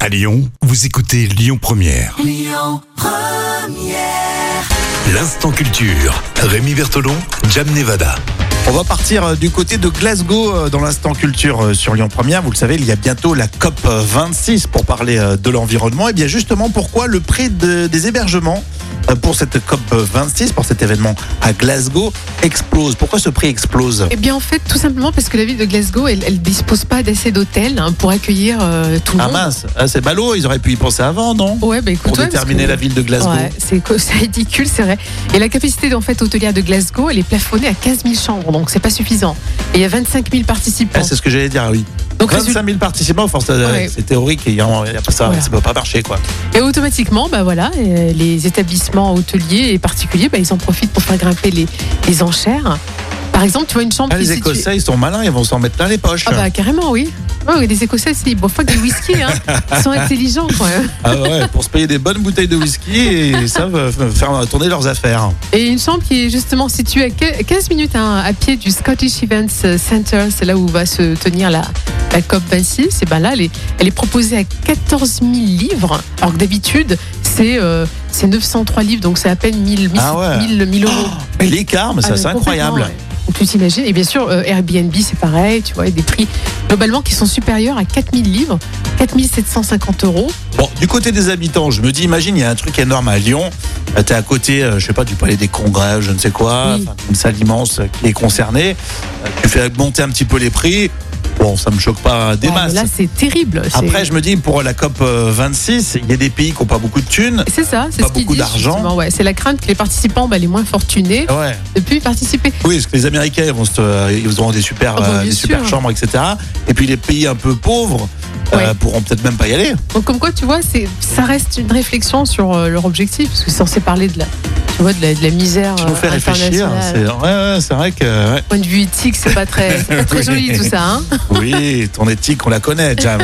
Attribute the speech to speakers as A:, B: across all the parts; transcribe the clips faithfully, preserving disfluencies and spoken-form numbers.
A: À Lyon, vous écoutez Lyon Première.
B: Lyon Première.
A: L'instant culture. Rémi Bertolon, Jam Nevada.
C: On va partir du côté de Glasgow dans l'instant culture sur Lyon Première. Vous le savez, il y a bientôt la C O P vingt-six pour parler de l'environnement. Et bien justement, pourquoi le prix de, des hébergements pour cette C O P vingt-six, pour cet événement à Glasgow, explose? Pourquoi ce prix explose?
D: Eh bien en fait, tout simplement parce que la ville de Glasgow, elle, elle dispose pas d'assez d'hôtels hein, pour accueillir euh, tout le
C: Ah
D: monde.
C: mince, ah, c'est ballot, ils auraient pu y penser avant, non?
D: Ouais, bah écoute,
C: Pour
D: ouais,
C: déterminer
D: parce que-
C: la ville de Glasgow.
D: Ouais, c'est, c'est ridicule, c'est vrai. Et la capacité en fait hôtelière de Glasgow, elle est plafonnée à quinze mille chambres, donc c'est pas suffisant. Et il y a vingt-cinq mille participants.
C: Ah, c'est ce que j'allais dire, oui.
D: Donc,
C: vingt-cinq mille participants, force,
D: Ouais.
C: c'est théorique, et il y a, il y a pas ça,
D: Voilà.
C: ça peut pas marcher, quoi.
D: Et automatiquement, bah voilà, euh, les établissements hôteliers et particuliers, bah, ils en profitent pour faire grimper les, les enchères. Par exemple, tu vois une chambre
C: Ah,
D: qui
C: les
D: est située-
C: Écossais, ils sont malins, ils vont s'en mettre plein les poches.
D: Ah bah carrément, oui. Ouais, les Écossais, ils boivent pas que du whisky, hein. Ils sont intelligents, quand même.
C: Ah ouais, pour se payer des bonnes bouteilles de whisky et ils savent faire tourner leurs affaires.
D: Et une chambre qui est justement située à quinze minutes hein, à pied du Scottish Events Centre, c'est là où va se tenir la, la C O P vingt-six. Et ben là, elle est, elle est proposée à quatorze mille livres, alors que d'habitude, c'est euh, c'est neuf cent trois livres, donc c'est à peine mille,
C: Ah ouais.
D: mille, mille euros.
C: Mais l'écart, mais ça,
D: Ah,
C: c'est
D: complètement,
C: incroyable.
D: ouais. Donc, tu t'imagines. Et bien sûr, euh, Airbnb, c'est pareil, tu vois, et des prix globalement qui sont supérieurs à quatre mille livres, quatre mille sept cent cinquante euros.
C: Bon, du côté des habitants, je me dis, imagine, il y a un truc énorme à Lyon. Euh, T'es à côté, euh, je sais pas, du palais des congrès, je ne sais quoi,
D: Oui.
C: enfin, une salle immense qui est concernée. Euh, Tu fais monter un petit peu les prix. Bon, ça me choque pas des
D: Ouais, mais
C: masses.
D: là, c'est terrible. C'est-
C: Après, je me dis, pour la C O P vingt-six, il y a des pays qui n'ont pas beaucoup de thunes.
D: C'est ça, c'est
C: pas
D: ce qu'ils
C: beaucoup
D: disent,
C: d'argent.
D: justement, ouais. C'est la crainte que les participants, bah, les moins fortunés,
C: Ouais.
D: ne puissent participer.
C: Oui, parce que les Américains, ils, vont se- ils auront des super,
D: Ah bah,
C: euh,
D: bien
C: des super
D: sûr.
C: chambres, et cetera. Et puis les pays un peu pauvres euh,
D: Ouais.
C: pourront peut-être même pas y aller.
D: Donc, comme quoi, tu vois, c'est, ça reste une réflexion sur euh, leur objectif, parce que c'est censé parler de la, tu vois, de la, de la misère
C: Tu nous fais
D: euh,
C: réfléchir.
D: internationale.
C: C'est, ouais, ouais, c'est vrai que. Ouais.
D: Point de vue éthique, c'est pas très, c'est pas très
C: Oui.
D: joli tout ça. Hein.
C: Oui, ton éthique, on la connaît, Jam.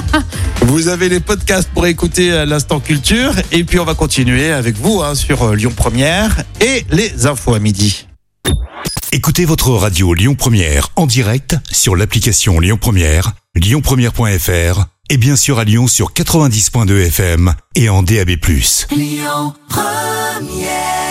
C: Vous avez les podcasts pour écouter euh, l'instant culture. Et puis on va continuer avec vous hein, sur euh, Lyon Première et les infos à midi.
A: Écoutez votre radio Lyon Première en direct sur l'application Lyon Première, lyon première point f r et bien sûr à Lyon sur quatre-vingt-dix point deux F M et en D A B plus.
B: Lyon Première.